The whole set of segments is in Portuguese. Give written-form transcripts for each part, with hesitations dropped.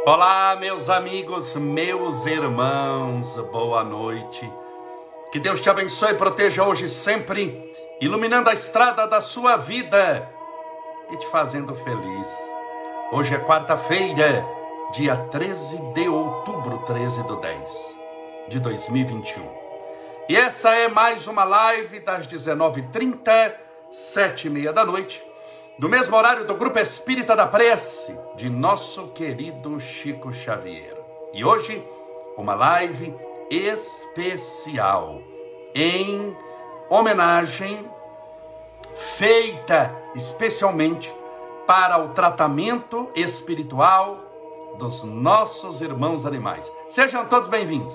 Olá, meus amigos, meus irmãos, boa noite. Que Deus te abençoe e proteja hoje e sempre, iluminando a estrada da sua vida e te fazendo feliz. Hoje é quarta-feira, dia 13 de outubro, 13/10 de 2021. E essa é mais uma live das 19h30, 7h30 da noite, do mesmo horário do Grupo Espírita da Prece, de nosso querido Chico Xavier. E hoje, uma live especial, em homenagem, feita especialmente para o tratamento espiritual dos nossos irmãos animais. Sejam todos bem-vindos.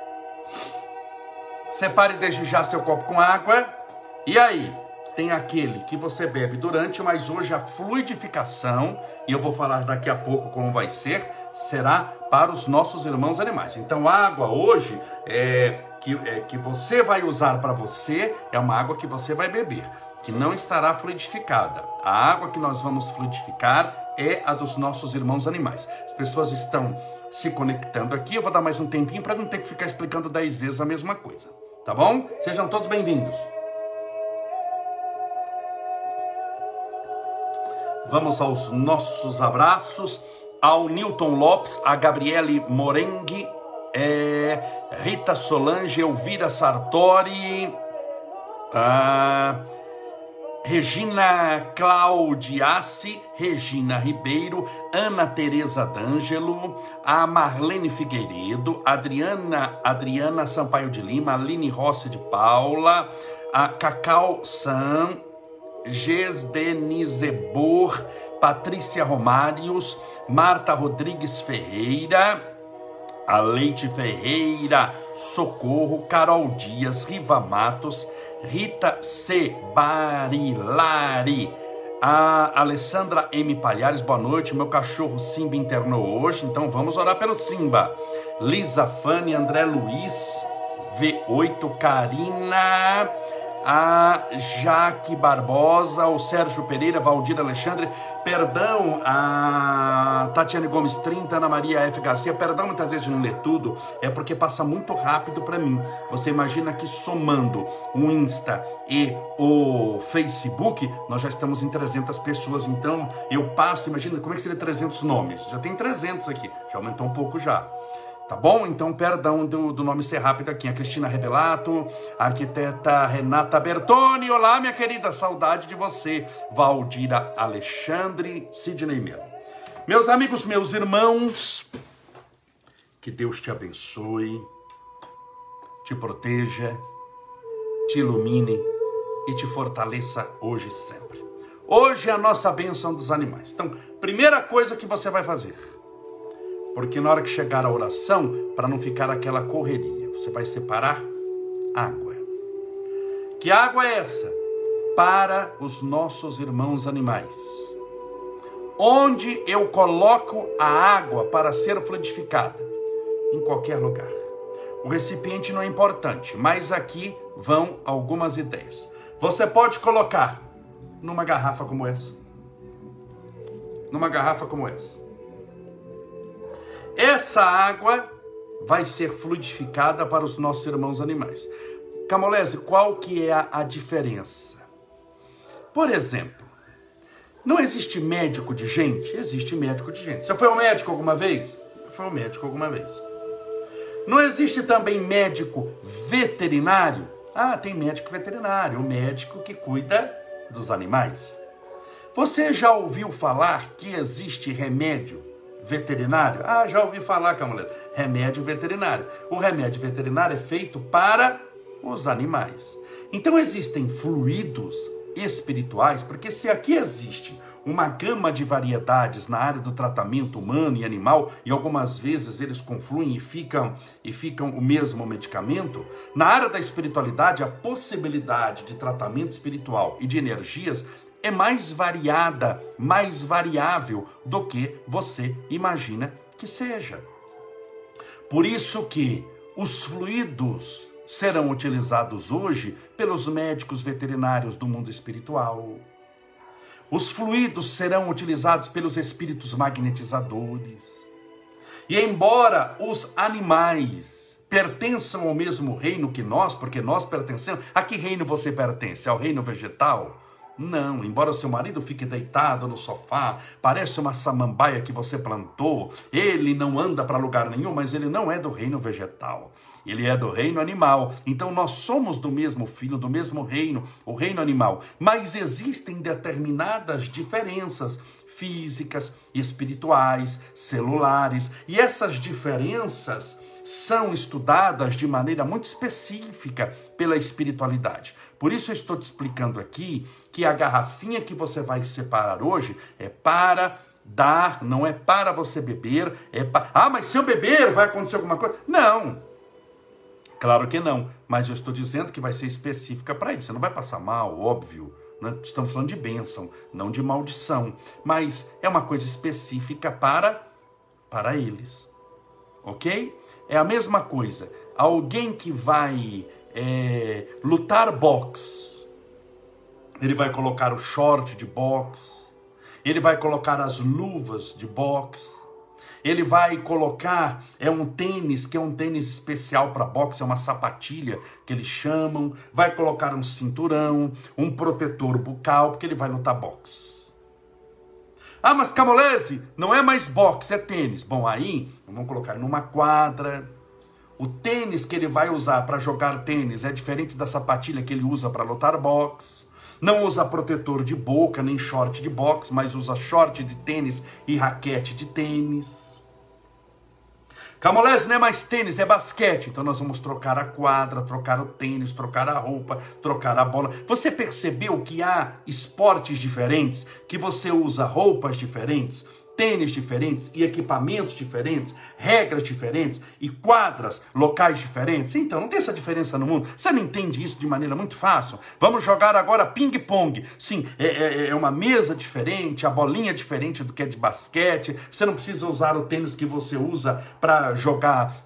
Separe desde já seu copo com água. E aí? Tem aquele que você bebe durante, mas hoje a fluidificação, e eu vou falar daqui a pouco como vai ser, será para os nossos irmãos animais. Então a água hoje que você vai usar para você, é uma água que você vai beber, que não estará fluidificada. A água que nós vamos fluidificar é a dos nossos irmãos animais. As pessoas estão se conectando aqui, eu vou dar mais um tempinho para não ter que ficar explicando 10 vezes a mesma coisa, tá bom? Sejam todos bem-vindos. Vamos aos nossos abraços, ao Newton Lopes, a Gabriele Morengue, Rita Solange, Elvira Sartori, Regina Claudiace, Regina Ribeiro, Ana Tereza D'Angelo, a Marlene Figueiredo, Adriana Sampaio de Lima, Aline Rossi de Paula, a Cacau San, Gesdenizebor, Patrícia Romários, Marta Rodrigues Ferreira, a Leite Ferreira, Socorro, Carol Dias, Riva Matos, Rita C. Barilari, a Alessandra M. Palhares, boa noite. Meu cachorro Simba internou hoje, então vamos orar pelo Simba. Lisa Fane, André Luiz, V8, Karina, a Jaque Barbosa, o Sérgio Pereira, Valdir Alexandre, perdão, a Tatiane Gomes 30, Ana Maria F. Garcia, perdão muitas vezes de não ler tudo, é porque passa muito rápido para mim. Você imagina que somando o Insta e o Facebook, nós já estamos em 300 pessoas, então eu passo, imagina como é que seria 300 nomes, já tem 300 aqui, já aumentou um pouco já. Tá bom? Então, perdão do nome ser rápido aqui. A Cristina Rebelato, a arquiteta Renata Bertoni. Olá, minha querida, saudade de você. Valdira Alexandre, Sidney Melo. Meus amigos, meus irmãos, que Deus te abençoe, te proteja, te ilumine e te fortaleça hoje e sempre. Hoje é a nossa bênção dos animais. Então, primeira coisa que você vai fazer, porque na hora que chegar a oração, para não ficar aquela correria, você vai separar água. Que água é essa? Para os nossos irmãos animais. Onde eu coloco a água para ser fluidificada? Em qualquer lugar. O recipiente não é importante, mas aqui vão algumas ideias. Você pode colocar numa garrafa como essa. Numa garrafa como essa. Essa água vai ser fluidificada para os nossos irmãos animais. Camolese, qual que é a diferença? Por exemplo, não existe médico de gente? Existe médico de gente. Você foi ao médico alguma vez? Foi ao médico alguma vez. Não existe também médico veterinário? Ah, tem médico veterinário, o médico que cuida dos animais. Você já ouviu falar que existe remédio veterinário? Ah, já ouvi falar, Camolese. Remédio veterinário. O remédio veterinário é feito para os animais. Então existem fluidos espirituais, porque se aqui existe uma gama de variedades na área do tratamento humano e animal, e algumas vezes eles confluem e ficam o mesmo medicamento, na área da espiritualidade, a possibilidade de tratamento espiritual e de energias é mais variada, mais variável do que você imagina que seja. Por isso que os fluidos serão utilizados hoje pelos médicos veterinários do mundo espiritual. Os fluidos serão utilizados pelos espíritos magnetizadores. E embora os animais pertençam ao mesmo reino que nós, porque nós pertencemos, a que reino você pertence? Ao reino vegetal? Não, embora o seu marido fique deitado no sofá, parece uma samambaia que você plantou, ele não anda para lugar nenhum, mas ele não é do reino vegetal, ele é do reino animal. Então nós somos do mesmo filho, do mesmo reino, o reino animal, mas existem determinadas diferenças físicas, espirituais, celulares, e essas diferenças são estudadas de maneira muito específica pela espiritualidade. Por isso eu estou te explicando aqui que a garrafinha que você vai separar hoje é para dar, não é para você beber, é para... Ah, mas se eu beber vai acontecer alguma coisa? Não, claro que não, mas eu estou dizendo que vai ser específica para isso. Você não vai passar mal, óbvio, né? Estamos falando de bênção, não de maldição, mas é uma coisa específica para eles, ok? É a mesma coisa, alguém que vai lutar boxe, ele vai colocar o short de boxe, ele vai colocar as luvas de boxe, ele vai colocar um tênis, que é um tênis especial para boxe, é uma sapatilha que eles chamam, vai colocar um cinturão, um protetor bucal, porque ele vai lutar boxe. Ah, mas Camolese, não é mais boxe, é tênis. Bom, aí vamos colocar numa quadra. O tênis que ele vai usar para jogar tênis é diferente da sapatilha que ele usa para lutar boxe. Não usa protetor de boca, nem short de boxe, mas usa short de tênis e raquete de tênis. Camolese não é mais tênis, é basquete. Então nós vamos trocar a quadra, trocar o tênis, trocar a roupa, trocar a bola. Você percebeu que há esportes diferentes, que você usa roupas diferentes, tênis diferentes e equipamentos diferentes, regras diferentes e quadras, locais diferentes? Então, não tem essa diferença no mundo? Você não entende isso de maneira muito fácil? Vamos jogar agora ping-pong. Sim, é uma mesa diferente, a bolinha é diferente do que é de basquete. Você não precisa usar o tênis que você usa para jogar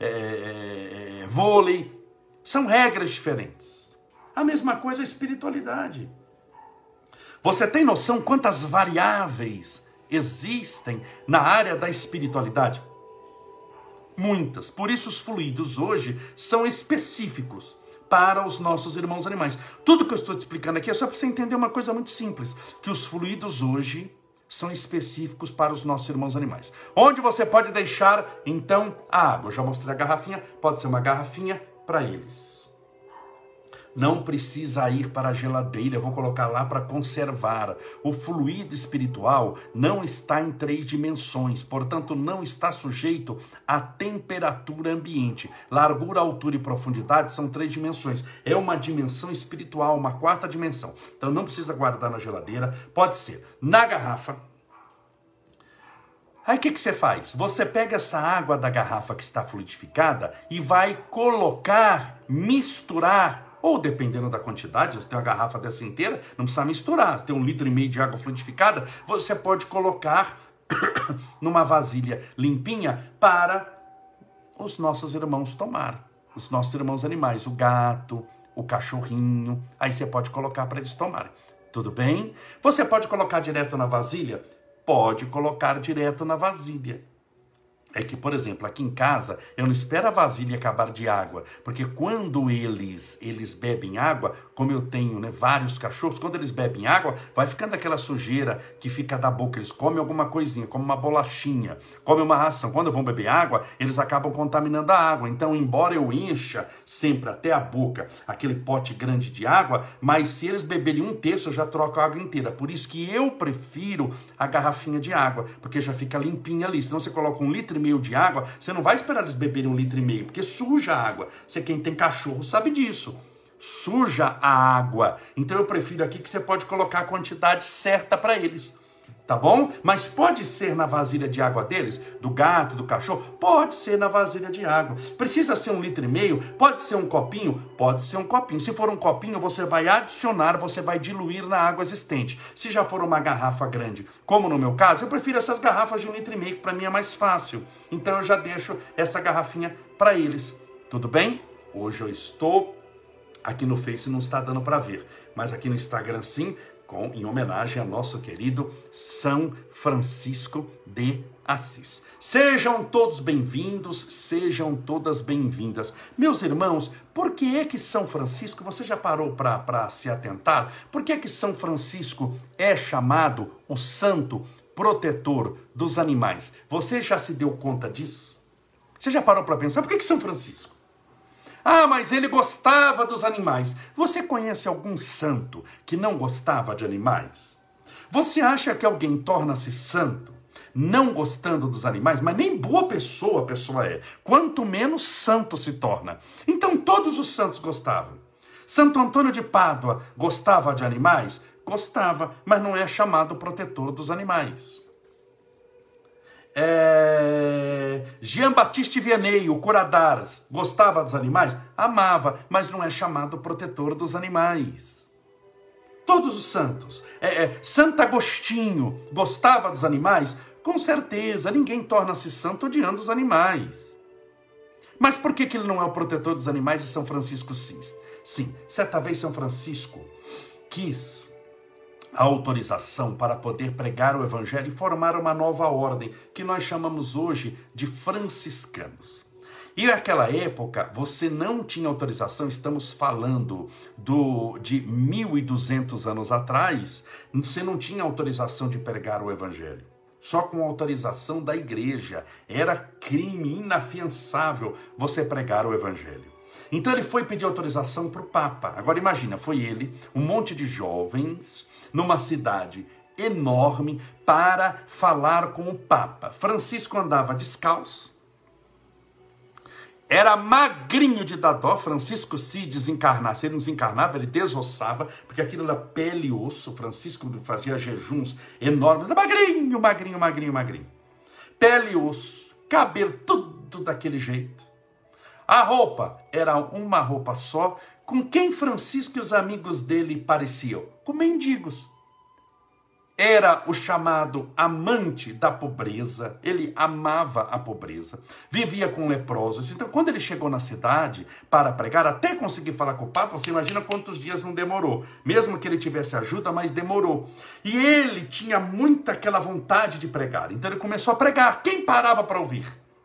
vôlei. São regras diferentes. A mesma coisa a espiritualidade. Você tem noção quantas variáveis existem na área da espiritualidade? Muitas. Por isso os fluidos hoje são específicos para os nossos irmãos animais. Tudo que eu estou te explicando aqui é só para você entender uma coisa muito simples, que os fluidos hoje são específicos para os nossos irmãos animais. Onde você pode deixar, então, a água? Eu já mostrei a garrafinha, pode ser uma garrafinha para eles. Não precisa ir para a geladeira, eu vou colocar lá para conservar. O fluido espiritual não está em 3 dimensões, portanto não está sujeito à temperatura ambiente. Largura, altura e profundidade são 3 dimensões. É uma dimensão espiritual, uma 4ª dimensão. Então não precisa guardar na geladeira, pode ser na garrafa. Aí o que você faz? Você pega essa água da garrafa que está fluidificada e vai colocar, misturar, ou dependendo da quantidade, você tem uma garrafa dessa inteira, não precisa misturar. Você tem 1,5 litro de água fluidificada, você pode colocar numa vasilha limpinha para os nossos irmãos tomar. Os nossos irmãos animais, o gato, o cachorrinho, aí você pode colocar para eles tomarem. Tudo bem? Você pode colocar direto na vasilha? Pode colocar direto na vasilha. É que, por exemplo, aqui em casa, eu não espero a vasilha acabar de água, porque quando eles bebem água, como eu tenho vários cachorros, quando eles bebem água, vai ficando aquela sujeira que fica da boca, eles comem alguma coisinha, comem uma bolachinha, comem uma ração. Quando vão beber água, eles acabam contaminando a água. Então, embora eu encha sempre até a boca aquele pote grande de água, mas se eles beberem 1/3, eu já troco a água inteira. Por isso que eu prefiro a garrafinha de água, porque já fica limpinha ali. Senão você coloca 1,5 litro de água, você não vai esperar eles beberem 1,5 litro, porque suja a água. Você, quem tem cachorro sabe disso. Suja a água. Então eu prefiro aqui que você pode colocar a quantidade certa para eles. Tá bom? Mas pode ser na vasilha de água deles, do gato, do cachorro, pode ser na vasilha de água. Precisa ser 1,5 litro? Pode ser um copinho? Pode ser um copinho. Se for um copinho, você vai adicionar, você vai diluir na água existente. Se já for uma garrafa grande, como no meu caso, eu prefiro essas garrafas de 1,5 litro, que para mim é mais fácil. Então eu já deixo essa garrafinha para eles. Tudo bem? Hoje eu estou... Aqui no Face não está dando para ver, mas aqui no Instagram sim, em homenagem ao nosso querido São Francisco de Assis. Sejam todos bem-vindos, sejam todas bem-vindas. Meus irmãos, por que é que São Francisco, você já parou para se atentar? Por que é que São Francisco é chamado o santo protetor dos animais? Você já se deu conta disso? Você já parou para pensar? Por que São Francisco? Ah, mas ele gostava dos animais. Você conhece algum santo que não gostava de animais? Você acha que alguém torna-se santo não gostando dos animais? Mas nem boa pessoa a pessoa é. Quanto menos santo se torna. Então todos os santos gostavam. Santo Antônio de Pádua gostava de animais? Gostava, mas não é chamado protetor dos animais. Jean Baptiste Vianney, o cura d'Ars, gostava dos animais? Amava, mas não é chamado protetor dos animais. Todos os santos. Santo Agostinho gostava dos animais? Com certeza, ninguém torna-se santo odiando os animais. Mas por que ele não é o protetor dos animais e São Francisco sim? Sim, certa vez São Francisco quis a autorização para poder pregar o evangelho e formar uma nova ordem, que nós chamamos hoje de franciscanos. E naquela época, você não tinha autorização, estamos falando de 1200 anos atrás, você não tinha autorização de pregar o evangelho. Só com autorização da igreja. Era crime inafiançável você pregar o evangelho. Então ele foi pedir autorização para o Papa. Agora imagina, foi ele, um monte de jovens, numa cidade enorme, para falar com o Papa. Francisco andava descalço, era magrinho de dar dó. Francisco se desencarnasse, ele não desencarnava, ele desossava, porque aquilo era pele e osso. Francisco fazia jejuns enormes, era magrinho, magrinho, magrinho, magrinho. Pele e osso, cabelo tudo daquele jeito. A roupa era uma roupa só. Com quem Francisco e os amigos dele pareciam? Com mendigos. Era o chamado amante da pobreza, ele amava a pobreza, vivia com leprosos. Então, quando ele chegou na cidade para pregar, até conseguir falar com o Papa, você imagina quantos dias não demorou, mesmo que ele tivesse ajuda, mas demorou. E ele tinha muita aquela vontade de pregar, então ele começou a pregar. Quem parava para ouvir?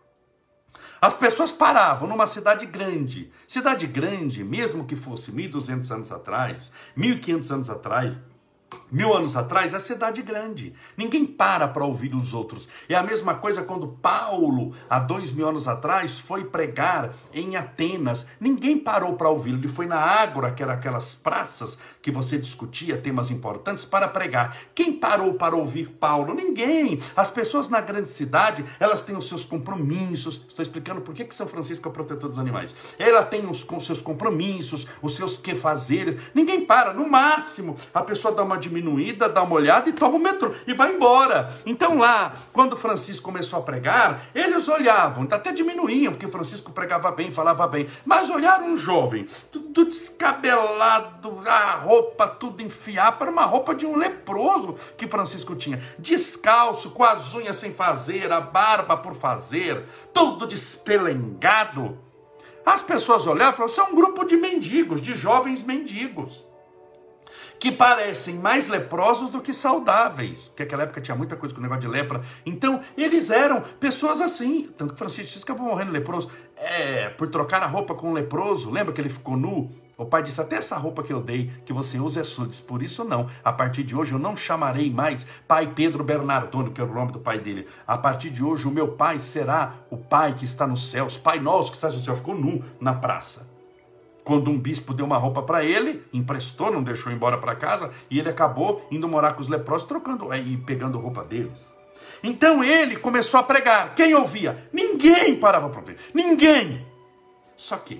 As pessoas paravam numa cidade grande. Cidade grande, mesmo que fosse 1200 anos atrás, 1500 anos atrás, 1000 anos atrás, é cidade grande. Ninguém para ouvir os outros. É a mesma coisa quando Paulo, há 2000 anos atrás, foi pregar em Atenas. Ninguém parou para ouvi-lo. Ele foi na Ágora, que era aquelas praças que você discutia temas importantes, para pregar. Quem parou para ouvir Paulo? Ninguém. As pessoas na grande cidade, elas têm os seus compromissos. Estou explicando por que São Francisco é o protetor dos animais. Ela tem os seus compromissos, os seus quefazeres. Ninguém para. No máximo, a pessoa dá uma diminuída, dá uma olhada e toma o metrô e vai embora. Então lá, quando Francisco começou a pregar, eles olhavam, até diminuíam, porque Francisco pregava bem, falava bem, mas olharam um jovem, tudo descabelado, a roupa tudo enfiada, para uma roupa de um leproso que Francisco tinha, descalço, com as unhas sem fazer, a barba por fazer, tudo despelengado. As pessoas olhavam e falavam, isso é um grupo de mendigos, de jovens mendigos, que parecem mais leprosos do que saudáveis, porque naquela época tinha muita coisa com o negócio de lepra. Então, eles eram pessoas assim. Tanto que Francisco acabou morrendo leproso, por trocar a roupa com um leproso. Lembra que ele ficou nu? O pai disse, até essa roupa que eu dei, que você usa é sua. Disse, por isso não, a partir de hoje eu não chamarei mais pai Pedro Bernardone, que era o nome do pai dele. A partir de hoje o meu pai será o pai que está nos céus, pai nosso que está no céu. Ficou nu na praça. Quando um bispo deu uma roupa para ele, emprestou, não deixou embora para casa, e ele acabou indo morar com os leprosos, trocando e pegando roupa deles. Então ele começou a pregar. Quem ouvia? Ninguém parava para ouvir. Ninguém. Só que,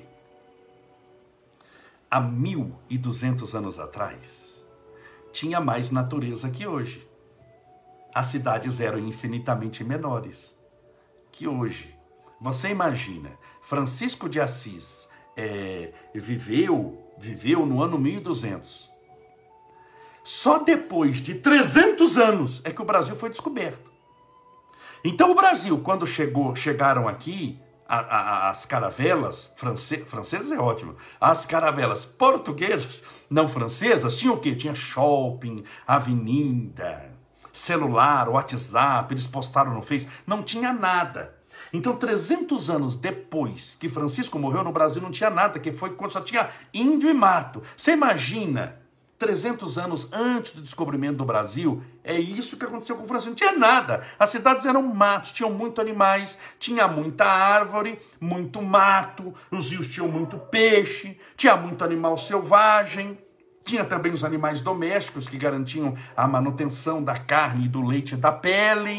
há 1200 anos atrás, tinha mais natureza que hoje. As cidades eram infinitamente menores que hoje. Você imagina, Francisco de Assis viveu no ano 1200. Só depois de 300 anos é que o Brasil foi descoberto. Então o Brasil, quando chegaram aqui, as caravelas francesas é ótimo, as caravelas portuguesas, não francesas, tinham o quê? Tinha shopping, avenida, celular, WhatsApp, eles postaram no Face, não tinha nada. Então, 300 anos depois que Francisco morreu, no Brasil não tinha nada, que foi quando só tinha índio e mato. Você imagina, 300 anos antes do descobrimento do Brasil, é isso que aconteceu com Francisco. Não tinha nada. As cidades eram matos, tinham muitos animais, tinha muita árvore, muito mato, os rios tinham muito peixe, tinha muito animal selvagem. Tinha também os animais domésticos que garantiam a manutenção da carne, do leite e da pele.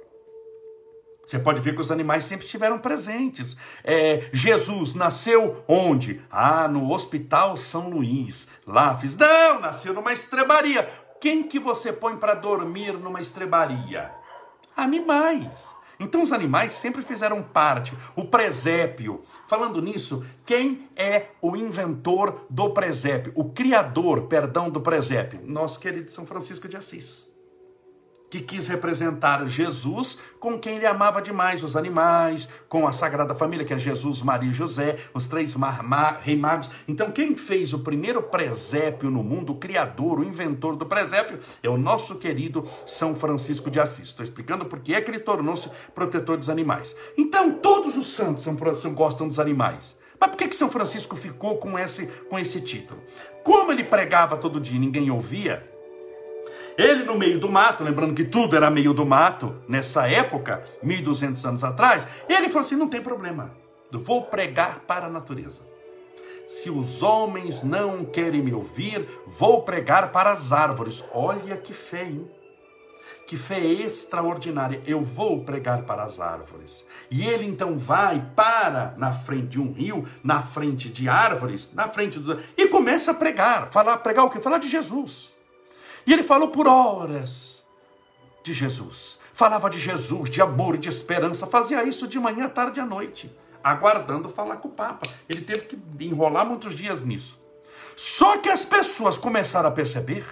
Você pode ver que os animais sempre estiveram presentes. Jesus nasceu onde? No Hospital São Luís. Lá fiz. Não, nasceu numa estrebaria. Quem que você põe para dormir numa estrebaria? Animais. Então os animais sempre fizeram parte. O presépio. Falando nisso, quem é o inventor do presépio? O criador, perdão, do presépio? Nosso querido São Francisco de Assis, que quis representar Jesus com quem ele amava demais, os animais, com a Sagrada Família, que é Jesus, Maria e José, os três reis magos. Então quem fez o primeiro presépio no mundo, o criador, o inventor do presépio, é o nosso querido São Francisco de Assis. Estou explicando porque é que ele tornou-se protetor dos animais. Então todos os santos gostam dos animais. Mas por que São Francisco ficou com esse título? Como ele pregava todo dia e ninguém ouvia, ele no meio do mato, lembrando que tudo era meio do mato, nessa época, 1200 anos atrás, ele falou assim, não tem problema, eu vou pregar para a natureza. Se os homens não querem me ouvir, vou pregar para as árvores. Olha que fé, hein? Que fé extraordinária. Eu vou pregar para as árvores. E ele então vai na frente de um rio, na frente de árvores, e começa a pregar. Pregar o quê? Falar de Jesus. E ele falou por horas de Jesus. Falava de Jesus, de amor e de esperança. Fazia isso de manhã, tarde e à noite, aguardando falar com o Papa. Ele teve que enrolar muitos dias nisso. Só que as pessoas começaram a perceber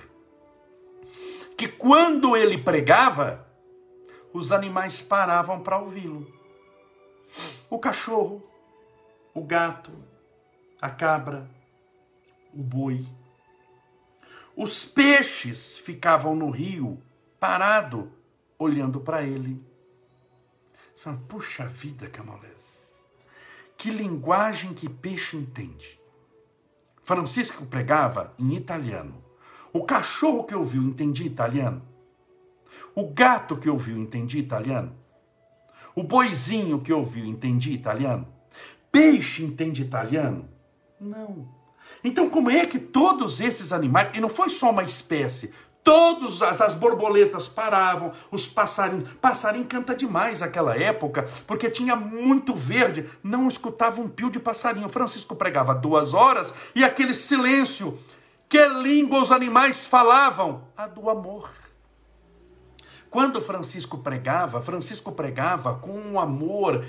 que quando ele pregava, os animais paravam para ouvi-lo. O cachorro, o gato, a cabra, o boi. Os peixes ficavam no rio, parado, olhando para ele. Você fala, puxa vida, Camolés, que linguagem que peixe entende. Francisco pregava em italiano. O cachorro que ouviu entendia italiano. O gato que ouviu entendia italiano. O boizinho que ouviu entendia italiano. Peixe entende italiano? Não. Então, como é que todos esses animais, e não foi só uma espécie, todas as borboletas paravam, os passarinho canta demais naquela época, porque tinha muito verde, não escutava um pio de passarinho. Francisco pregava 2 horas e aquele silêncio, que língua os animais falavam? A do amor. Quando Francisco pregava com um amor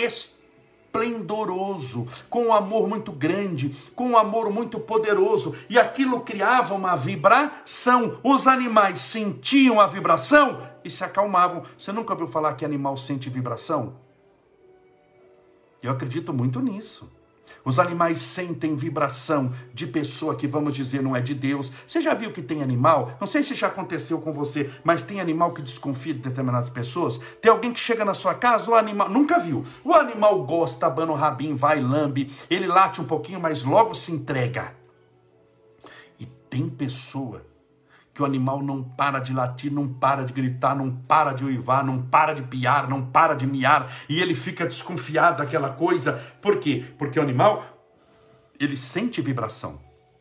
esplendoroso, com um amor muito grande, com um amor muito poderoso, e aquilo criava uma vibração. Os animais sentiam a vibração e se acalmavam. Você nunca ouviu falar que animal sente vibração? Eu acredito muito nisso. Os animais sentem vibração de pessoa que, vamos dizer, não é de Deus. Você já viu que tem animal? Não sei se já aconteceu com você, mas tem animal que desconfia de determinadas pessoas. Tem alguém que chega na sua casa, o animal... Nunca viu. O animal gosta, abana o rabinho, vai, lambe. Ele late um pouquinho, mas logo se entrega. E tem pessoa que o animal não para de latir, não para de gritar, não para de uivar, não para de piar, não para de miar, e ele fica desconfiado daquela coisa. Por quê? Porque o animal, ele sente vibração.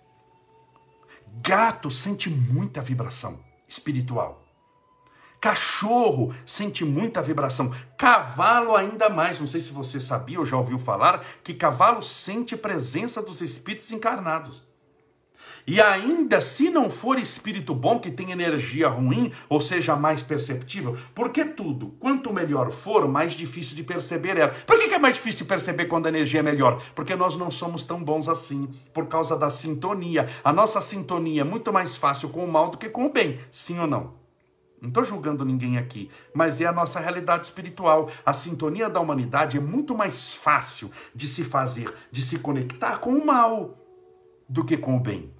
Gato sente muita vibração espiritual. Cachorro sente muita vibração. Cavalo ainda mais. Não sei se você sabia ou já ouviu falar que cavalo sente presença dos espíritos encarnados. E ainda, se não for espírito bom, que tem energia ruim, ou seja, mais perceptível, porque tudo, quanto melhor for, mais difícil de perceber é. Por que é mais difícil de perceber quando a energia é melhor? Porque nós não somos tão bons assim, por causa da sintonia. A nossa sintonia é muito mais fácil com o mal do que com o bem, sim ou não? Não estou julgando ninguém aqui, mas é a nossa realidade espiritual. A sintonia da humanidade é muito mais fácil de se fazer, de se conectar com o mal, do que com o bem.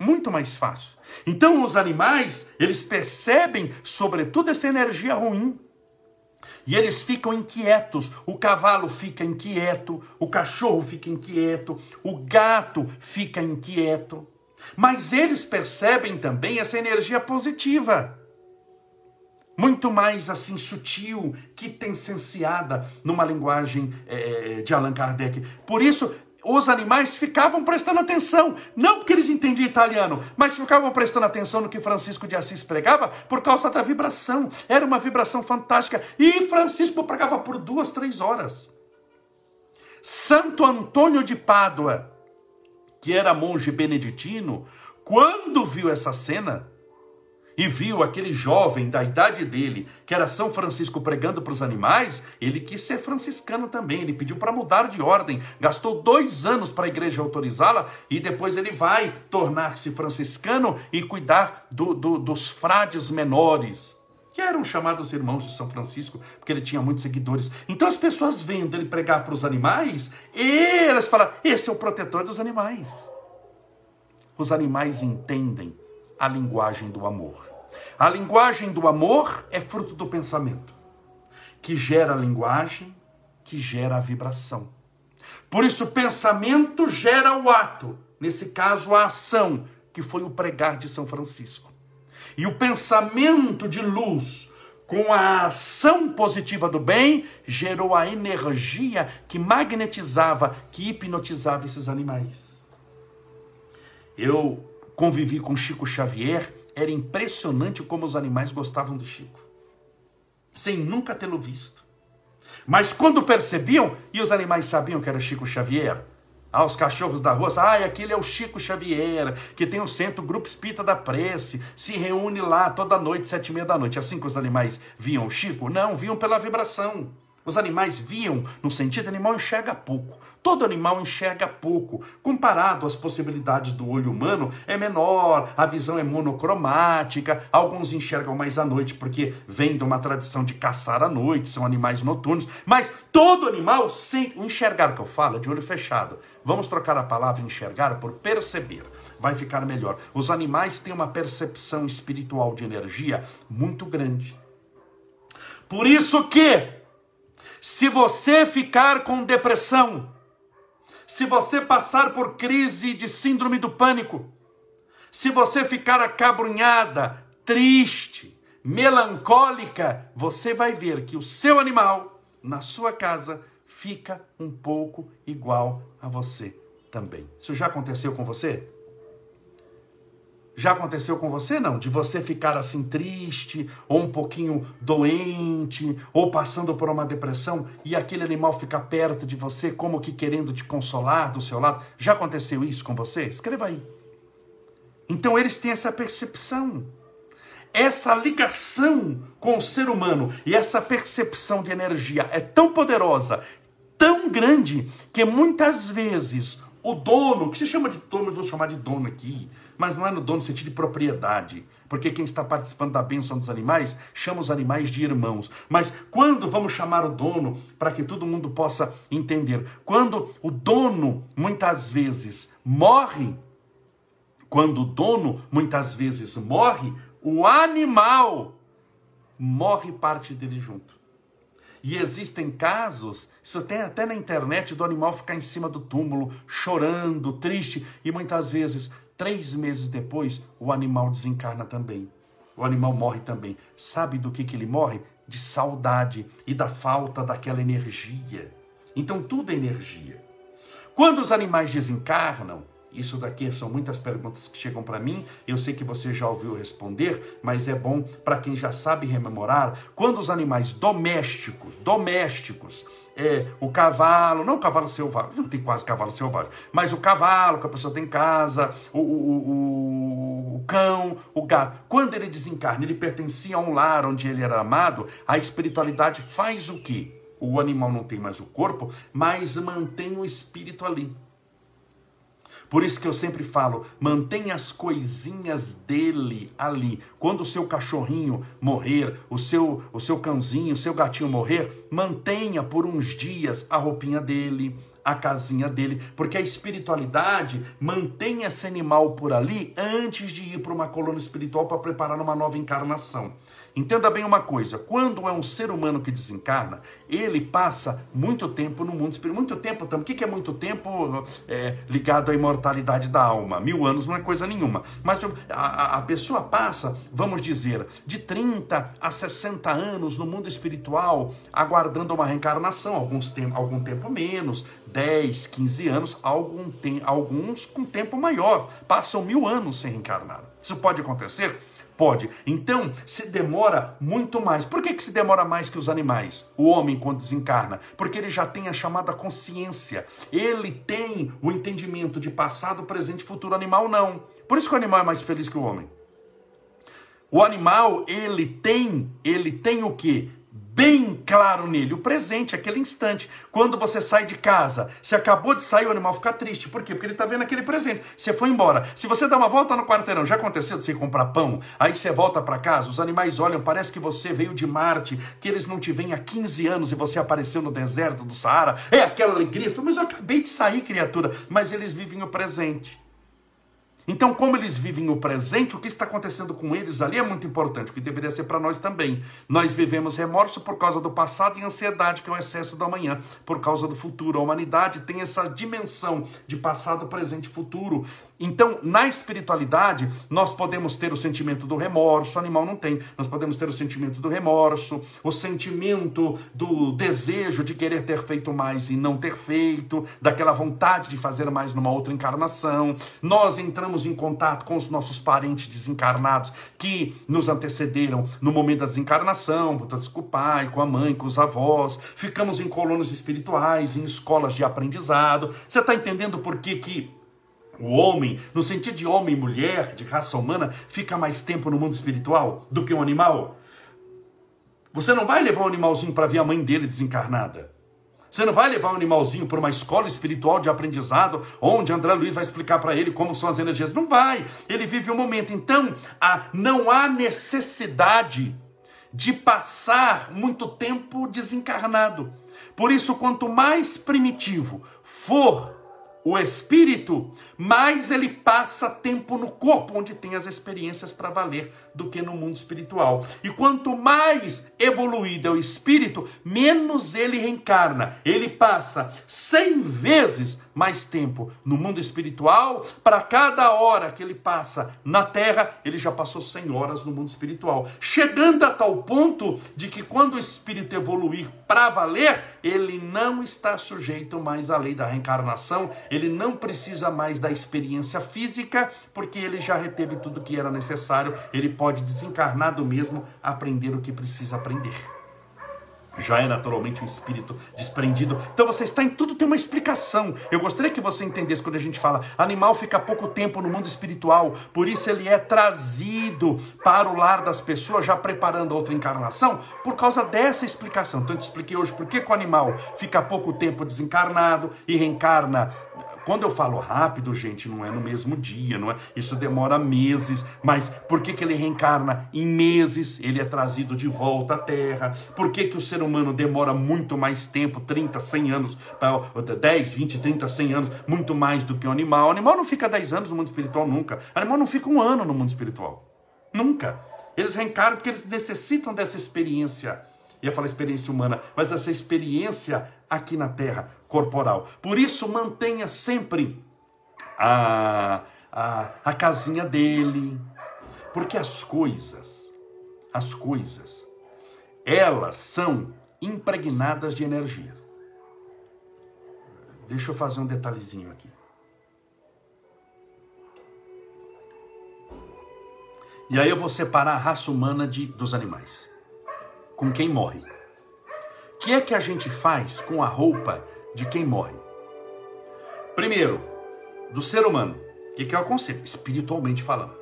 muito mais fácil. Então os animais, eles percebem sobretudo essa energia ruim. E eles ficam inquietos, o cavalo fica inquieto, o cachorro fica inquieto, o gato fica inquieto. Mas eles percebem também essa energia positiva, muito mais assim sutil, quintessenciada numa linguagem de Allan Kardec. Por isso, os animais ficavam prestando atenção, não porque eles entendiam italiano, mas ficavam prestando atenção no que Francisco de Assis pregava por causa da vibração. Era uma vibração fantástica. E Francisco pregava por 2, 3 horas. Santo Antônio de Pádua, que era monge beneditino, quando viu essa cena e viu aquele jovem da idade dele, que era São Francisco, pregando para os animais, ele quis ser franciscano também. Ele pediu para mudar de ordem, gastou 2 anos para a igreja autorizá-la, e depois ele vai tornar-se franciscano e cuidar dos frades menores, que eram chamados irmãos de São Francisco, porque ele tinha muitos seguidores. Então as pessoas vendo ele pregar para os animais, elas falam, esse é o protetor dos animais. Os animais entendem a linguagem do amor. A linguagem do amor é fruto do pensamento, que gera a linguagem, que gera a vibração. Por isso o pensamento gera o ato, nesse caso a ação, que foi o pregar de São Francisco. E o pensamento de luz, com a ação positiva do bem, gerou a energia que magnetizava, que hipnotizava esses animais. Eu convivi com Chico Xavier, era impressionante como os animais gostavam do Chico, sem nunca tê-lo visto. Mas quando percebiam, e os animais sabiam que era Chico Xavier, os cachorros da rua, aquele é o Chico Xavier, que tem o centro Grupo Espírita da Prece, se reúne lá toda noite, 7h30 da noite. Assim que os animais viam o Chico? Não, viam pela vibração. Os animais viam, no sentido, animal enxerga pouco. Todo animal enxerga pouco. Comparado às possibilidades do olho humano, é menor, a visão é monocromática. Alguns enxergam mais à noite, porque vem de uma tradição de caçar à noite, são animais noturnos. Mas todo animal, sem o enxergar que eu falo, é de olho fechado. Vamos trocar a palavra enxergar por perceber. Vai ficar melhor. Os animais têm uma percepção espiritual de energia muito grande. Por isso que, se você ficar com depressão, se você passar por crise de síndrome do pânico, se você ficar acabrunhada, triste, melancólica, você vai ver que o seu animal, na sua casa, fica um pouco igual a você também. Isso já aconteceu com você? Já aconteceu com você, não? De você ficar assim triste, ou um pouquinho doente, ou passando por uma depressão, e aquele animal ficar perto de você, como que querendo te consolar do seu lado. Já aconteceu isso com você? Escreva aí. Então eles têm essa percepção, essa ligação com o ser humano, e essa percepção de energia é tão poderosa, tão grande, que muitas vezes o dono, que se chama de dono, eu vou chamar de dono aqui, mas não é no dono no sentido de propriedade, porque quem está participando da bênção dos animais, chama os animais de irmãos. Mas quando vamos chamar o dono, para que todo mundo possa entender, quando o dono muitas vezes morre, o animal morre parte dele junto. E existem casos, isso tem até na internet, do animal ficar em cima do túmulo, chorando, triste, e muitas vezes, 3 meses depois, o animal desencarna também. O animal morre também. Sabe do que ele morre? De saudade e da falta daquela energia. Então tudo é energia. Quando os animais desencarnam, isso daqui são muitas perguntas que chegam para mim, eu sei que você já ouviu responder, mas é bom para quem já sabe rememorar. Quando os animais domésticos, o cavalo, não o cavalo selvagem, não tem quase cavalo selvagem, mas o cavalo que a pessoa tem em casa, o cão, o gato, quando ele desencarna, ele pertencia a um lar onde ele era amado, a espiritualidade faz o quê? O animal não tem mais o corpo, mas mantém o espírito ali. Por isso que eu sempre falo, mantenha as coisinhas dele ali. Quando o seu cachorrinho morrer, o seu cãozinho, o seu gatinho morrer, mantenha por uns dias a roupinha dele, a casinha dele, porque a espiritualidade mantém esse animal por ali antes de ir para uma colônia espiritual para preparar uma nova encarnação. Entenda bem uma coisa, quando é um ser humano que desencarna, ele passa muito tempo no mundo espiritual. Muito tempo também. O que é muito tempo ligado à imortalidade da alma? 1000 anos não é coisa nenhuma. Mas a pessoa passa, vamos dizer, de 30 a 60 anos no mundo espiritual, aguardando uma reencarnação, algum tempo menos, 10, 15 anos, alguns com tempo maior, passam 1000 anos sem reencarnar. Isso pode acontecer? Pode. Então, se demora muito mais. Por que se demora mais que os animais? O homem, quando desencarna? Porque ele já tem a chamada consciência. Ele tem o entendimento de passado, presente e futuro. O animal não. Por isso que o animal é mais feliz que o homem. O animal, ele tem o quê? Bem claro nele, o presente, aquele instante. Quando você sai de casa, você acabou de sair, o animal fica triste. Por quê? Porque ele está vendo aquele presente. Você foi embora. Se você dá uma volta no quarteirão, já aconteceu de você comprar pão, aí você volta para casa, os animais olham, parece que você veio de Marte, que eles não te veem há 15 anos e você apareceu no deserto do Saara. É aquela alegria. Mas eu acabei de sair, criatura. Mas eles vivem o presente. Então, como eles vivem o presente, o que está acontecendo com eles ali é muito importante, o que deveria ser para nós também. Nós vivemos remorso por causa do passado e ansiedade, que é o excesso do amanhã, por causa do futuro. A humanidade tem essa dimensão de passado, presente e futuro. Então, na espiritualidade, nós podemos ter o sentimento do remorso, o animal não tem. Nós podemos ter o sentimento do remorso, o sentimento do desejo de querer ter feito mais e não ter feito, daquela vontade de fazer mais numa outra encarnação. Nós entramos em contato com os nossos parentes desencarnados que nos antecederam no momento da desencarnação, portanto, com o pai, com a mãe, com os avós. Ficamos em colônias espirituais, em escolas de aprendizado. Você está entendendo por que o homem, no sentido de homem e mulher, de raça humana, fica mais tempo no mundo espiritual do que um animal? Você não vai levar um animalzinho para ver a mãe dele desencarnada. Você não vai levar um animalzinho para uma escola espiritual de aprendizado, onde André Luiz vai explicar para ele como são as energias. Não vai. Ele vive o momento. Então, não há necessidade de passar muito tempo desencarnado. Por isso, quanto mais primitivo for o espírito, mais ele passa tempo no corpo, onde tem as experiências para valer, do que no mundo espiritual. E quanto mais evoluído é o espírito, menos ele reencarna. Ele passa 100 vezes mais tempo no mundo espiritual. Para cada hora que ele passa na terra, ele já passou 100 horas no mundo espiritual. Chegando a tal ponto de que quando o espírito evoluir para valer, ele não está sujeito mais à lei da reencarnação. Ele não precisa mais da experiência física, porque ele já reteve tudo que era necessário. Ele pode desencarnar do mesmo, aprender o que precisa aprender. Já é naturalmente um espírito desprendido. Então você está em tudo, tem uma explicação. Eu gostaria que você entendesse quando a gente fala animal fica pouco tempo no mundo espiritual, por isso ele é trazido para o lar das pessoas, já preparando a outra encarnação, por causa dessa explicação. Então eu te expliquei hoje por que o animal fica pouco tempo desencarnado e reencarna. Quando eu falo rápido, gente, não é no mesmo dia, não é? Isso demora meses, mas por que ele reencarna em meses? Ele é trazido de volta à Terra. Por que o ser humano demora muito mais tempo, 30, 100 anos, 10, 20, 30, 100 anos, muito mais do que o animal? O animal não fica 10 anos no mundo espiritual nunca. O animal não fica 1 ano no mundo espiritual. Nunca. Eles reencarnam porque eles necessitam dessa experiência. Ia falar experiência humana, mas essa experiência aqui na Terra, corporal. Por isso, mantenha sempre a casinha dele. Porque as coisas, elas são impregnadas de energias. Deixa eu fazer um detalhezinho aqui. E aí eu vou separar a raça humana dos animais. Com quem morre. O que é que a gente faz com a roupa de quem morre? Primeiro, do ser humano. O que é o conceito? Espiritualmente falando.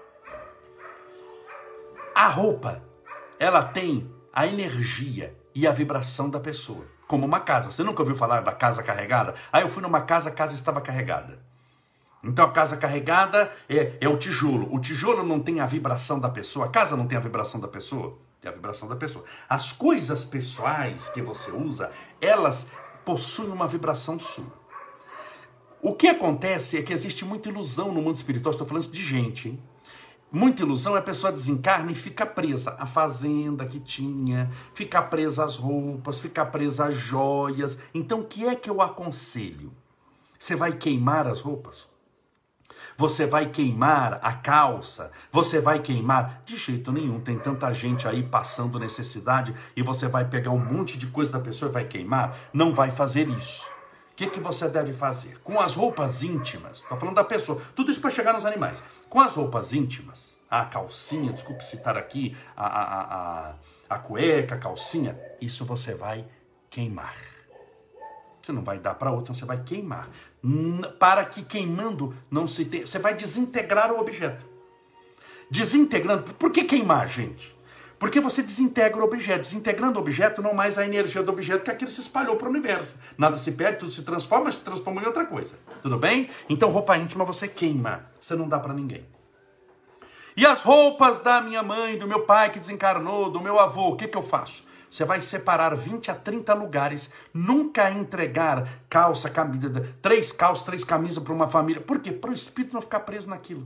A roupa, ela tem a energia e a vibração da pessoa. Como uma casa. Você nunca ouviu falar da casa carregada? Eu fui numa casa, a casa estava carregada. Então a casa carregada é o tijolo. O tijolo não tem a vibração da pessoa. A casa não tem a vibração da pessoa. Tem a vibração da pessoa. As coisas pessoais que você usa, elas possui uma vibração sua. O que acontece é que existe muita ilusão no mundo espiritual, estou falando de gente, hein? Muita ilusão é a pessoa desencarna e fica presa à fazenda que tinha, fica presa às roupas, fica presa às joias. Então o que é que eu aconselho? Você vai queimar as roupas? Você vai queimar a calça? Você vai queimar? De jeito nenhum, tem tanta gente aí passando necessidade e você vai pegar um monte de coisa da pessoa e vai queimar? Não vai fazer isso. O que você deve fazer? Com as roupas íntimas, estou falando da pessoa, tudo isso para chegar nos animais. Com as roupas íntimas, a calcinha, desculpe citar aqui, a cueca, a calcinha, isso você vai queimar. Você não vai dar para outra, você vai queimar. Para que queimando não se tenha... Você vai desintegrar o objeto. Desintegrando... Por que queimar, gente? Porque você desintegra o objeto. Desintegrando o objeto, não mais a energia do objeto, que aquilo se espalhou para o universo. Nada se perde, tudo se transforma em outra coisa. Tudo bem? Então roupa íntima você queima. Você não dá para ninguém. E as roupas da minha mãe, do meu pai que desencarnou, do meu avô, o que eu faço? Você vai separar 20 a 30 lugares, nunca entregar calça, camisa, 3 calças, 3 camisas para uma família. Por quê? Para o espírito não ficar preso naquilo.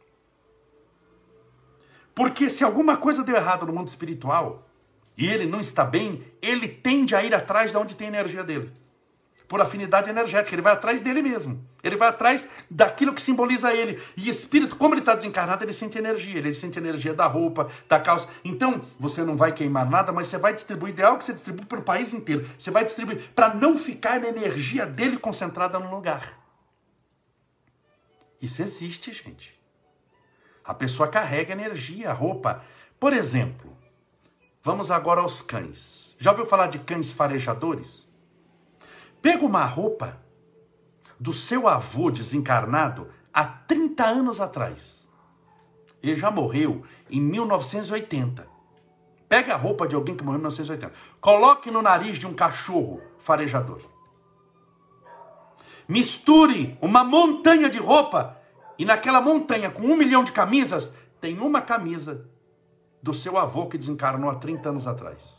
Porque se alguma coisa deu errado no mundo espiritual, e ele não está bem, ele tende a ir atrás de onde tem a energia dele. Por afinidade energética, ele vai atrás dele mesmo. Ele vai atrás daquilo que simboliza ele. E espírito, como ele está desencarnado, ele sente energia. Ele sente energia da roupa, da calça. Então, você não vai queimar nada, mas você vai distribuir, ideal que você distribui para o país inteiro. Você vai distribuir para não ficar na energia dele concentrada num lugar. Isso existe, gente. A pessoa carrega energia, a roupa. Por exemplo, vamos agora aos cães. Já ouviu falar de cães farejadores? Pega uma roupa do seu avô desencarnado há 30 anos atrás. Ele já morreu em 1980. Pega a roupa de alguém que morreu em 1980. Coloque no nariz de um cachorro farejador. Misture uma montanha de roupa e naquela montanha com 1 milhão de camisas, tem uma camisa do seu avô que desencarnou há 30 anos atrás.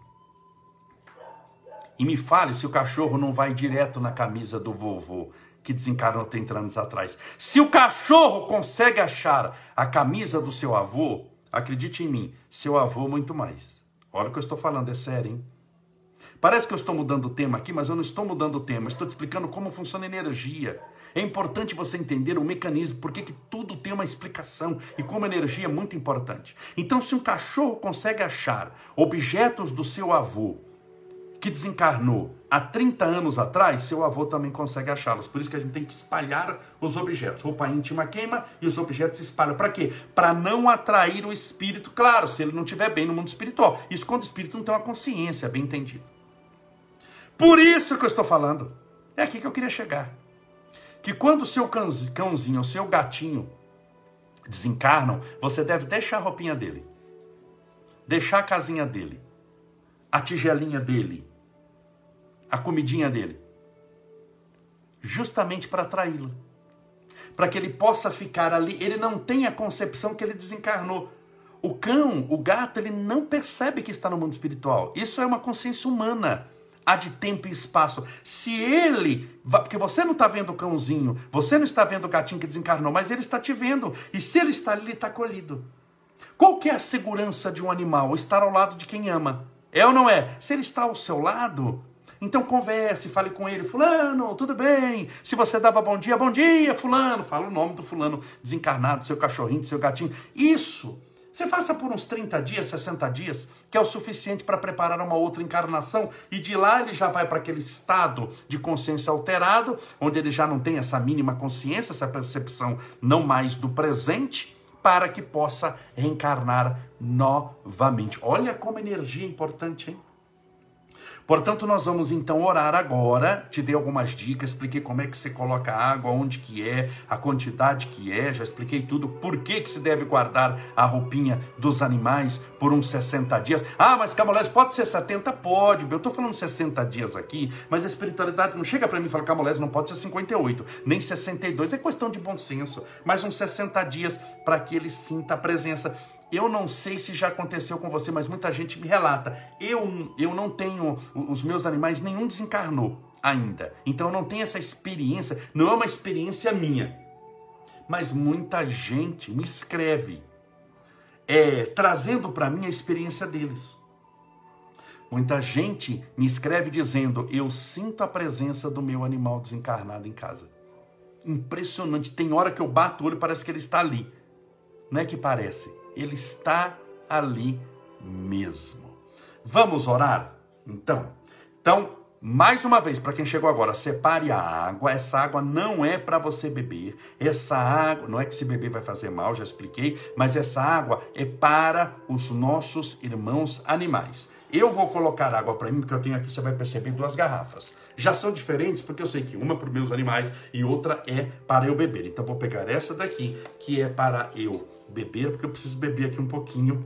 E me fale se o cachorro não vai direto na camisa do vovô que desencarnou 30 anos atrás. Se o cachorro consegue achar a camisa do seu avô, acredite em mim, seu avô muito mais. Olha o que eu estou falando, é sério, hein? Parece que eu estou mudando o tema aqui, mas eu não estou mudando o tema. Estou te explicando como funciona a energia. É importante você entender o mecanismo, porque que tudo tem uma explicação e como a energia é muito importante. Então, se um cachorro consegue achar objetos do seu avô que desencarnou há 30 anos atrás, seu avô também consegue achá-los. Por isso que a gente tem que espalhar os objetos. Roupa íntima queima e os objetos se espalham. Para quê? Para não atrair o espírito, claro, se ele não estiver bem no mundo espiritual. Isso quando o espírito não tem uma consciência bem entendida. Por isso que eu estou falando. É aqui que eu queria chegar. Que quando o seu cãozinho, o seu gatinho desencarnam, você deve deixar a roupinha dele. Deixar a casinha dele. A tigelinha dele. A comidinha dele. Justamente para atraí-lo. Para que ele possa ficar ali. Ele não tem a concepção que ele desencarnou. O cão, o gato, ele não percebe que está no mundo espiritual. Isso é uma consciência humana. Há de tempo e espaço. Se ele... Porque você não está vendo o cãozinho, você não está vendo o gatinho que desencarnou, mas ele está te vendo. E se ele está ali, ele está acolhido. Qual que é a segurança de um animal? Estar ao lado de quem ama. É ou não é? Se ele está ao seu lado, então converse, fale com ele. Fulano, tudo bem? Se você dava bom dia, fulano. Fala o nome do fulano desencarnado, do seu cachorrinho, do seu gatinho. Isso... Você faça por uns 30 dias, 60 dias, que é o suficiente para preparar uma outra encarnação. E de lá ele já vai para aquele estado de consciência alterado, onde ele já não tem essa mínima consciência, essa percepção não mais do presente, para que possa reencarnar novamente. Olha como a energia é importante, hein? Portanto, nós vamos então orar agora, te dei algumas dicas, expliquei como é que você coloca a água, onde que é, a quantidade que é, já expliquei tudo, por que que se deve guardar a roupinha dos animais por uns 60 dias. Ah, mas Camolés, pode ser 70? Pode, eu estou falando 60 dias aqui, mas a espiritualidade não chega para mim e fala, Camolés, não pode ser 58, nem 62, é questão de bom senso, mas uns 60 dias para que ele sinta a presença. Eu não sei se já aconteceu com você, mas muita gente me relata. Eu não tenho, os meus animais, nenhum desencarnou ainda. Então eu não tenho essa experiência, não é uma experiência minha. Mas muita gente me escreve, trazendo para mim a experiência deles. Muita gente me escreve dizendo, eu sinto a presença do meu animal desencarnado em casa. Impressionante, tem hora que eu bato o olho, parece que ele está ali. Não é que parece, ele está ali mesmo. Vamos orar? Então, mais uma vez, para quem chegou agora, separe a água. Essa água não é para você beber. Essa água, não é que se beber vai fazer mal, já expliquei, mas essa água é para os nossos irmãos animais. Eu vou colocar água para mim, porque eu tenho aqui, você vai perceber, 2 garrafas. Já são diferentes, porque eu sei que uma é para os meus animais e outra é para eu beber. Então, vou pegar essa daqui, que é para eu beber, porque eu preciso beber aqui um pouquinho.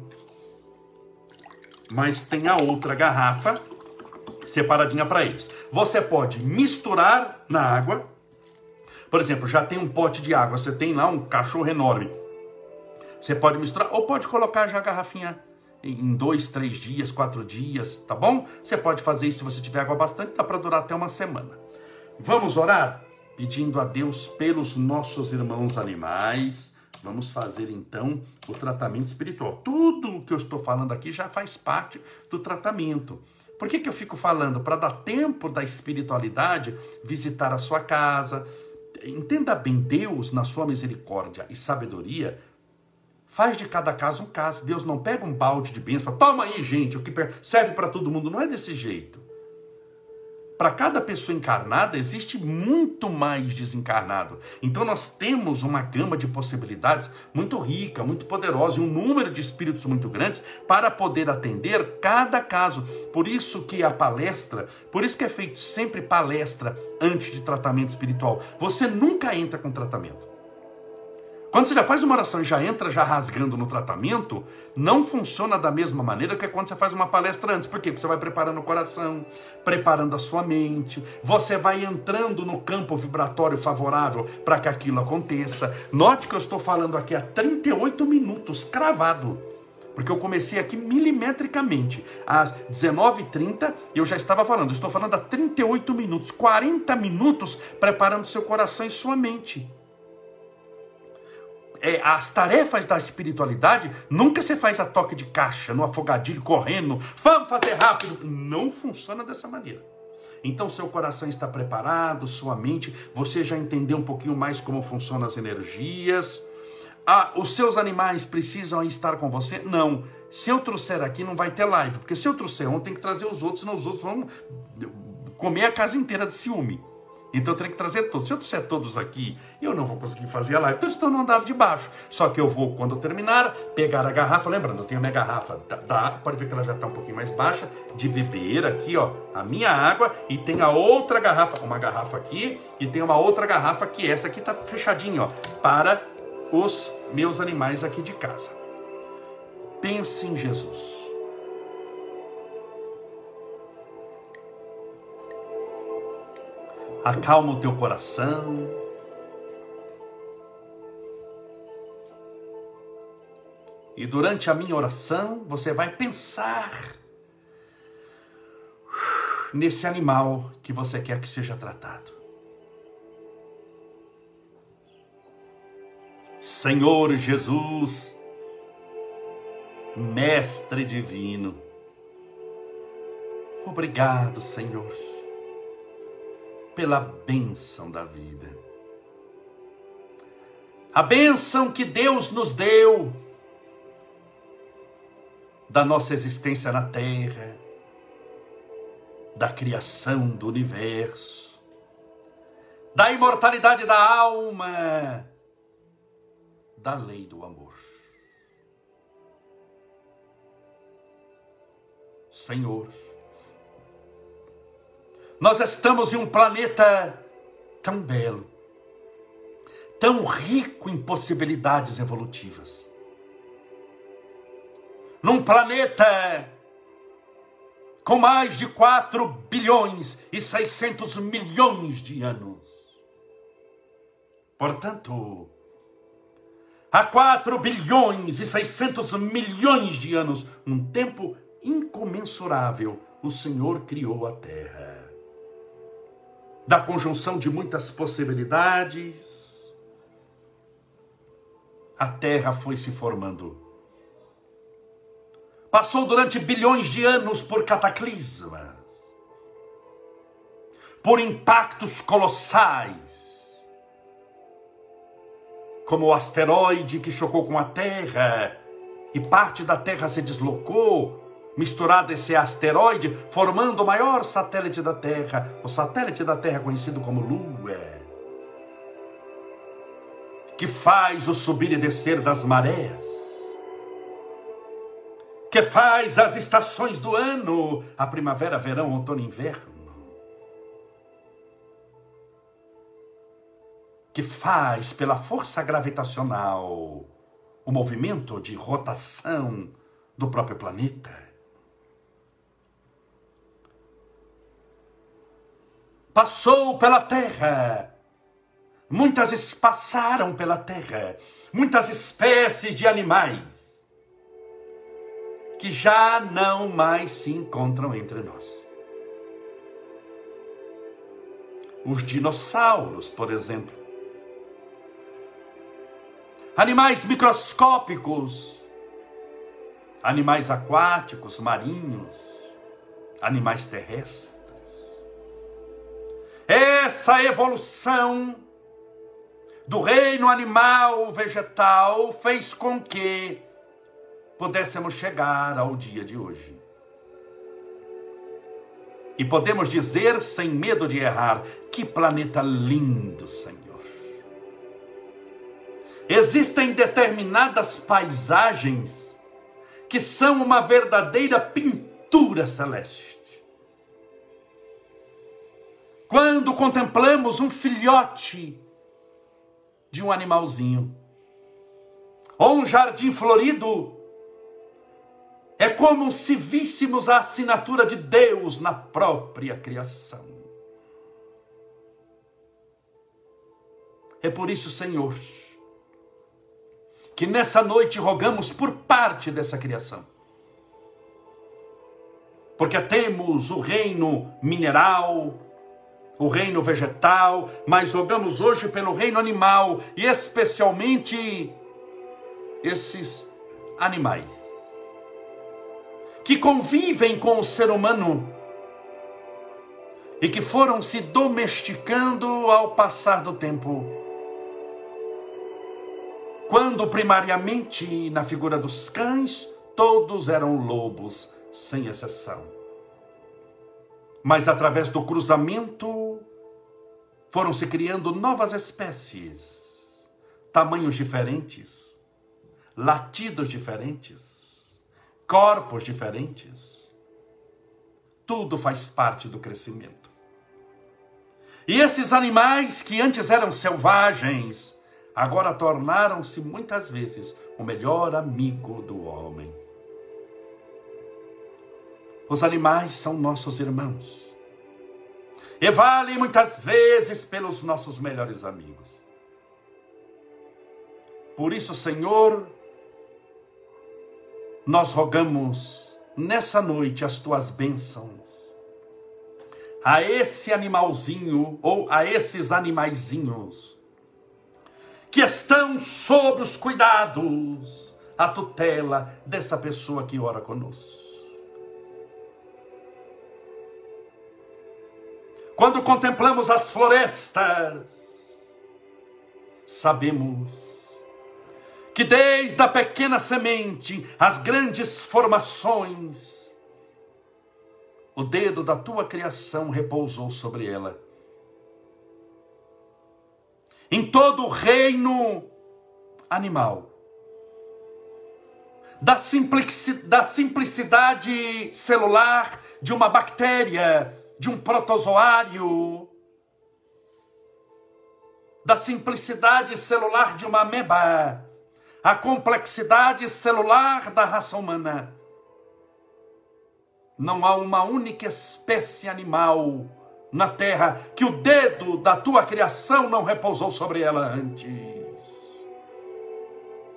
Mas tem a outra garrafa separadinha para eles. Você pode misturar na água. Por exemplo, já tem um pote de água, você tem lá um cachorro enorme. Você pode misturar, ou pode colocar já a garrafinha em 2, 3 dias, 4 dias, tá bom? Você pode fazer isso se você tiver água bastante, dá para durar até uma semana. Vamos orar? Pedindo a Deus pelos nossos irmãos animais. Vamos fazer então o tratamento espiritual. Tudo o que eu estou falando aqui já faz parte do tratamento. Por que eu fico falando? Para dar tempo da espiritualidade visitar a sua casa. Entenda bem, Deus, na sua misericórdia e sabedoria, faz de cada caso um caso. Deus não pega um balde de bênção e fala, toma aí, gente, o que serve para todo mundo. Não é desse jeito. Para cada pessoa encarnada, existe muito mais desencarnado. Então nós temos uma gama de possibilidades muito rica, muito poderosa, e um número de espíritos muito grandes para poder atender cada caso. Por isso que a palestra, por isso que é feito sempre palestra antes de tratamento espiritual. Você nunca entra com tratamento. Quando você já faz uma oração e já entra já rasgando no tratamento, não funciona da mesma maneira que quando você faz uma palestra antes. Por quê? Porque você vai preparando o coração, preparando a sua mente, você vai entrando no campo vibratório favorável para que aquilo aconteça. Note que eu estou falando aqui há 38 minutos, cravado. Porque eu comecei aqui milimetricamente. Às 19h30 eu já estava falando. Eu estou falando há 38 minutos, 40 minutos preparando seu coração e sua mente. As tarefas da espiritualidade, nunca você faz a toque de caixa, no afogadilho, correndo, vamos fazer rápido. Não funciona dessa maneira. Então seu coração está preparado, sua mente, você já entendeu um pouquinho mais como funcionam as energias. Os seus animais precisam estar com você? Não. Se eu trouxer aqui não vai ter live, porque se eu trouxer um tem que trazer os outros, senão os outros vão comer a casa inteira de ciúme. Então eu tenho que trazer todos. Se eu trouxer todos aqui, eu não vou conseguir fazer a live. Então eles estão no andar de baixo. Só que eu vou, quando eu terminar, pegar a garrafa. Lembrando, eu tenho a minha garrafa pode ver que ela já está um pouquinho mais baixa, de beber aqui, ó, a minha água. E tem a outra garrafa, uma garrafa aqui, e tem uma outra garrafa que essa aqui está fechadinha, ó, para os meus animais aqui de casa. Pense em Jesus. Acalma o teu coração. E durante a minha oração, você vai pensar nesse animal que você quer que seja tratado. Senhor Jesus, Mestre Divino, obrigado, Senhor, pela bênção da vida. A bênção que Deus nos deu da nossa existência na Terra, da criação do universo, da imortalidade da alma, da lei do amor. Senhor, nós estamos em um planeta tão belo, tão rico em possibilidades evolutivas. Num planeta com mais de 4 bilhões e 600 milhões de anos. Portanto, Há 4 bilhões e 600 milhões de anos, num tempo incomensurável, o Senhor criou a terra. Da conjunção de muitas possibilidades, a terra foi se formando. Passou durante bilhões de anos por cataclismas, por impactos colossais, como o asteroide que chocou com a Terra, e parte da Terra se deslocou, misturado esse asteroide, formando o maior satélite da Terra, o satélite da Terra conhecido como Lua, que faz o subir e descer das marés, que faz as estações do ano, a primavera, verão, outono e inverno, que faz pela força gravitacional o movimento de rotação do próprio planeta. Passou pela Terra, muitas passaram pela Terra, muitas espécies de animais que já não mais se encontram entre nós. Os dinossauros, por exemplo, animais microscópicos, animais aquáticos, marinhos, animais terrestres. Essa evolução do reino animal vegetal fez com que pudéssemos chegar ao dia de hoje. E podemos dizer, sem medo de errar, que planeta lindo, Senhor. Existem determinadas paisagens que são uma verdadeira pintura celeste. Quando contemplamos um filhote de um animalzinho, ou um jardim florido, é como se víssemos a assinatura de Deus na própria criação. É por isso, Senhor, que nessa noite rogamos por parte dessa criação. Porque temos o reino mineral, o reino vegetal, mas rogamos hoje pelo reino animal, e especialmente esses animais que convivem com o ser humano e que foram se domesticando ao passar do tempo. Quando primariamente, na figura dos cães, todos eram lobos, sem exceção. Mas através do cruzamento, foram se criando novas espécies, tamanhos diferentes, latidos diferentes, corpos diferentes. Tudo faz parte do crescimento. E esses animais que antes eram selvagens, agora tornaram-se muitas vezes o melhor amigo do homem. Os animais são nossos irmãos e valem muitas vezes pelos nossos melhores amigos. Por isso, Senhor, nós rogamos nessa noite as tuas bênçãos a esse animalzinho ou a esses animaizinhos que estão sob os cuidados, a tutela dessa pessoa que ora conosco. Quando contemplamos as florestas, sabemos que desde a pequena semente, as grandes formações, o dedo da tua criação repousou sobre ela. Em todo o reino animal, da simplicidade celular de uma bactéria, de um protozoário, da simplicidade celular de uma ameba, a complexidade celular da raça humana. Não há uma única espécie animal na terra que o dedo da tua criação não repousou sobre ela antes.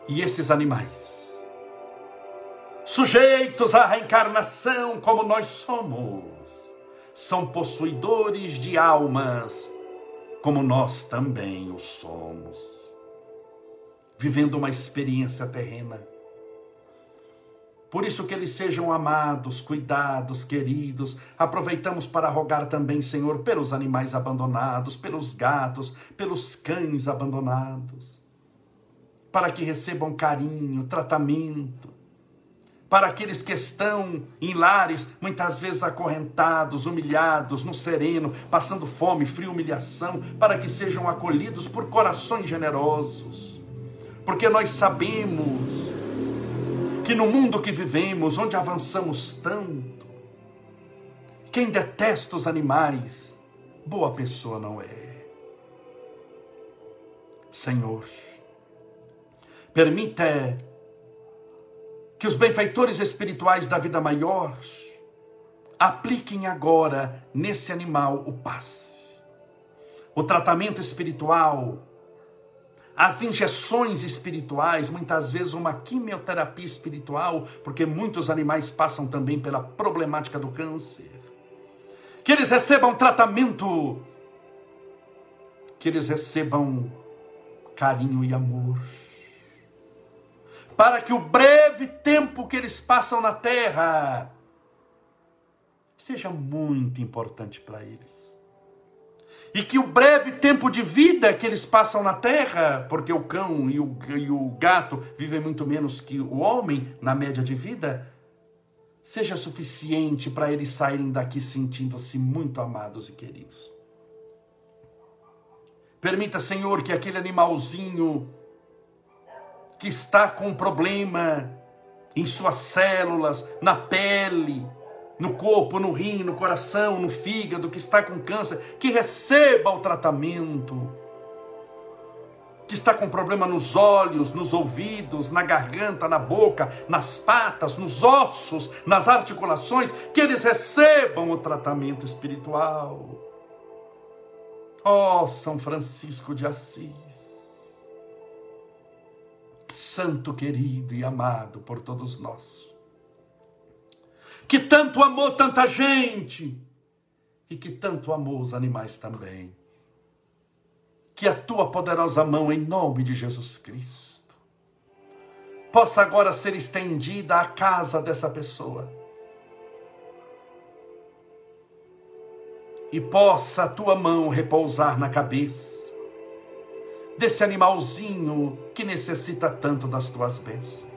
E esses animais, sujeitos à reencarnação como nós somos, são possuidores de almas, como nós também o somos, vivendo uma experiência terrena. Por isso que eles sejam amados, cuidados, queridos. Aproveitamos para rogar também, Senhor, pelos animais abandonados, pelos gatos, pelos cães abandonados, para que recebam carinho, tratamento, para aqueles que estão em lares, muitas vezes acorrentados, humilhados, no sereno, passando fome, frio, humilhação, para que sejam acolhidos por corações generosos. Porque nós sabemos que no mundo que vivemos, onde avançamos tanto, quem detesta os animais, boa pessoa não é. Senhor, permita que os benfeitores espirituais da vida maior apliquem agora nesse animal o passe, o tratamento espiritual, as injeções espirituais, muitas vezes uma quimioterapia espiritual, porque muitos animais passam também pela problemática do câncer. Que eles recebam tratamento, que eles recebam carinho e amor, para que o breve tempo que eles passam na terra seja muito importante para eles. E que o breve tempo de vida que eles passam na terra, porque o cão e o gato vivem muito menos que o homem na média de vida, seja suficiente para eles saírem daqui sentindo-se muito amados e queridos. Permita, Senhor, que aquele animalzinho que está com um problema em suas células, na pele, no corpo, no rim, no coração, no fígado, que está com câncer, que receba o tratamento, que está com problema nos olhos, nos ouvidos, na garganta, na boca, nas patas, nos ossos, nas articulações, que eles recebam o tratamento espiritual. Ó São Francisco de Assis, santo querido e amado por todos nós, que tanto amou tanta gente e que tanto amou os animais também. Que a tua poderosa mão, em nome de Jesus Cristo, possa agora ser estendida à casa dessa pessoa. E possa a tua mão repousar na cabeça desse animalzinho que necessita tanto das tuas bênçãos.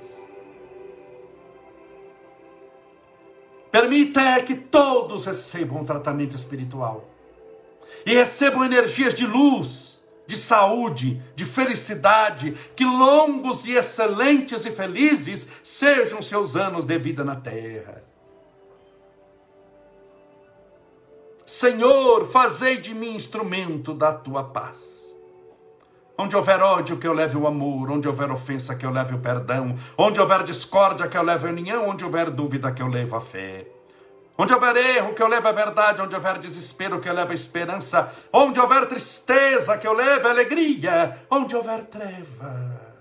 Permita que todos recebam um tratamento espiritual e recebam energias de luz, de saúde, de felicidade, que longos e excelentes e felizes sejam seus anos de vida na terra. Senhor, fazei de mim instrumento da tua paz. Onde houver ódio, que eu leve o amor. Onde houver ofensa, que eu leve o perdão. Onde houver discórdia, que eu leve a união. Onde houver dúvida, que eu leve a fé. Onde houver erro, que eu leve a verdade. Onde houver desespero, que eu leve a esperança. Onde houver tristeza, que eu leve a alegria. Onde houver treva,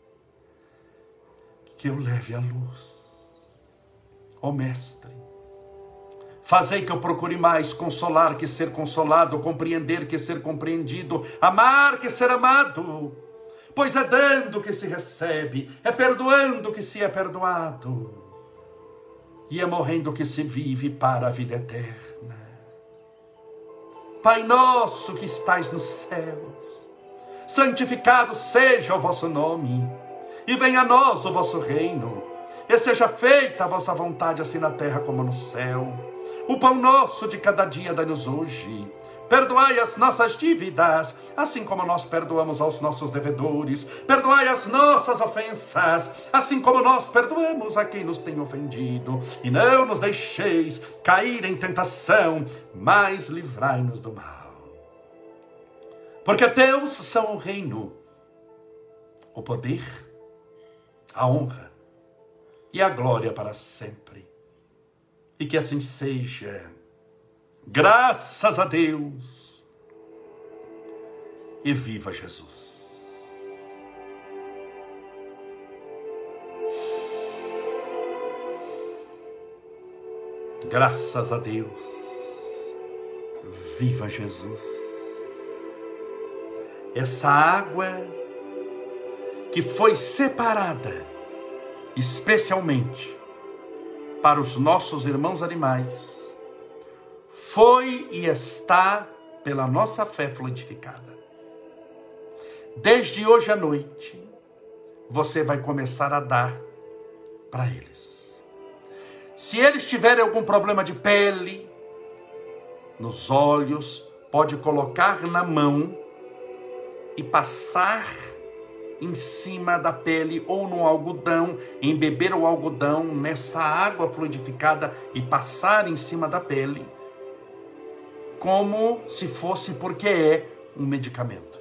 que eu leve a luz. Ó Mestre, fazei que eu procure mais consolar que ser consolado, compreender que ser compreendido, amar que ser amado. Pois é dando que se recebe, é perdoando que se é perdoado, e é morrendo que se vive para a vida eterna. Pai nosso que estais nos céus, santificado seja o vosso nome, e venha a nós o vosso reino, e seja feita a vossa vontade, assim na terra como no céu. O pão nosso de cada dia dai-nos hoje. Perdoai as nossas dívidas, assim como nós perdoamos aos nossos devedores. Perdoai as nossas ofensas, assim como nós perdoamos a quem nos tem ofendido. E não nos deixeis cair em tentação, mas livrai-nos do mal. Porque teus são o reino, o poder, a honra e a glória para sempre. E que assim seja, graças a Deus, e viva Jesus. Graças a Deus. Viva Jesus. Essa água que foi separada especialmente para os nossos irmãos animais, foi e está pela nossa fé fluidificada. Desde hoje à noite, você vai começar a dar para eles. Se eles tiverem algum problema de pele, nos olhos, pode colocar na mão e passar em cima da pele ou no algodão, embeber o algodão nessa água fluidificada e passar em cima da pele, como se fosse, porque é um medicamento.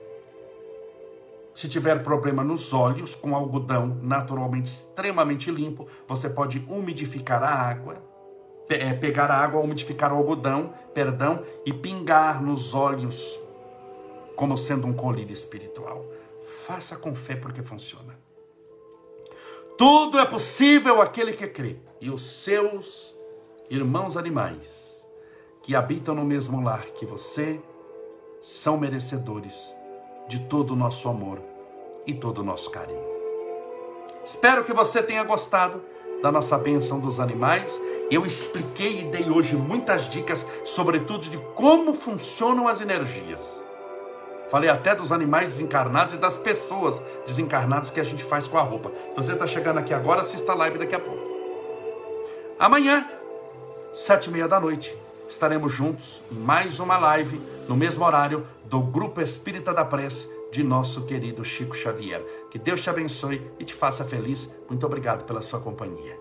Se tiver problema nos olhos, com algodão naturalmente extremamente limpo, você pode umidificar a água, pegar a água, umidificar o algodão, e pingar nos olhos, como sendo um colírio espiritual. Faça com fé, porque funciona. Tudo é possível àquele que crê. E os seus irmãos animais, que habitam no mesmo lar que você, são merecedores de todo o nosso amor e todo o nosso carinho. Espero que você tenha gostado da nossa bênção dos animais. Eu expliquei e dei hoje muitas dicas, sobretudo de como funcionam as energias. Falei até dos animais desencarnados e das pessoas desencarnadas que a gente faz com a roupa. Se você está chegando aqui agora, assista a live daqui a pouco. Amanhã, 7h30 da noite, estaremos juntos em mais uma live, no mesmo horário, do Grupo Espírita da Prece, de nosso querido Chico Xavier. Que Deus te abençoe e te faça feliz. Muito obrigado pela sua companhia.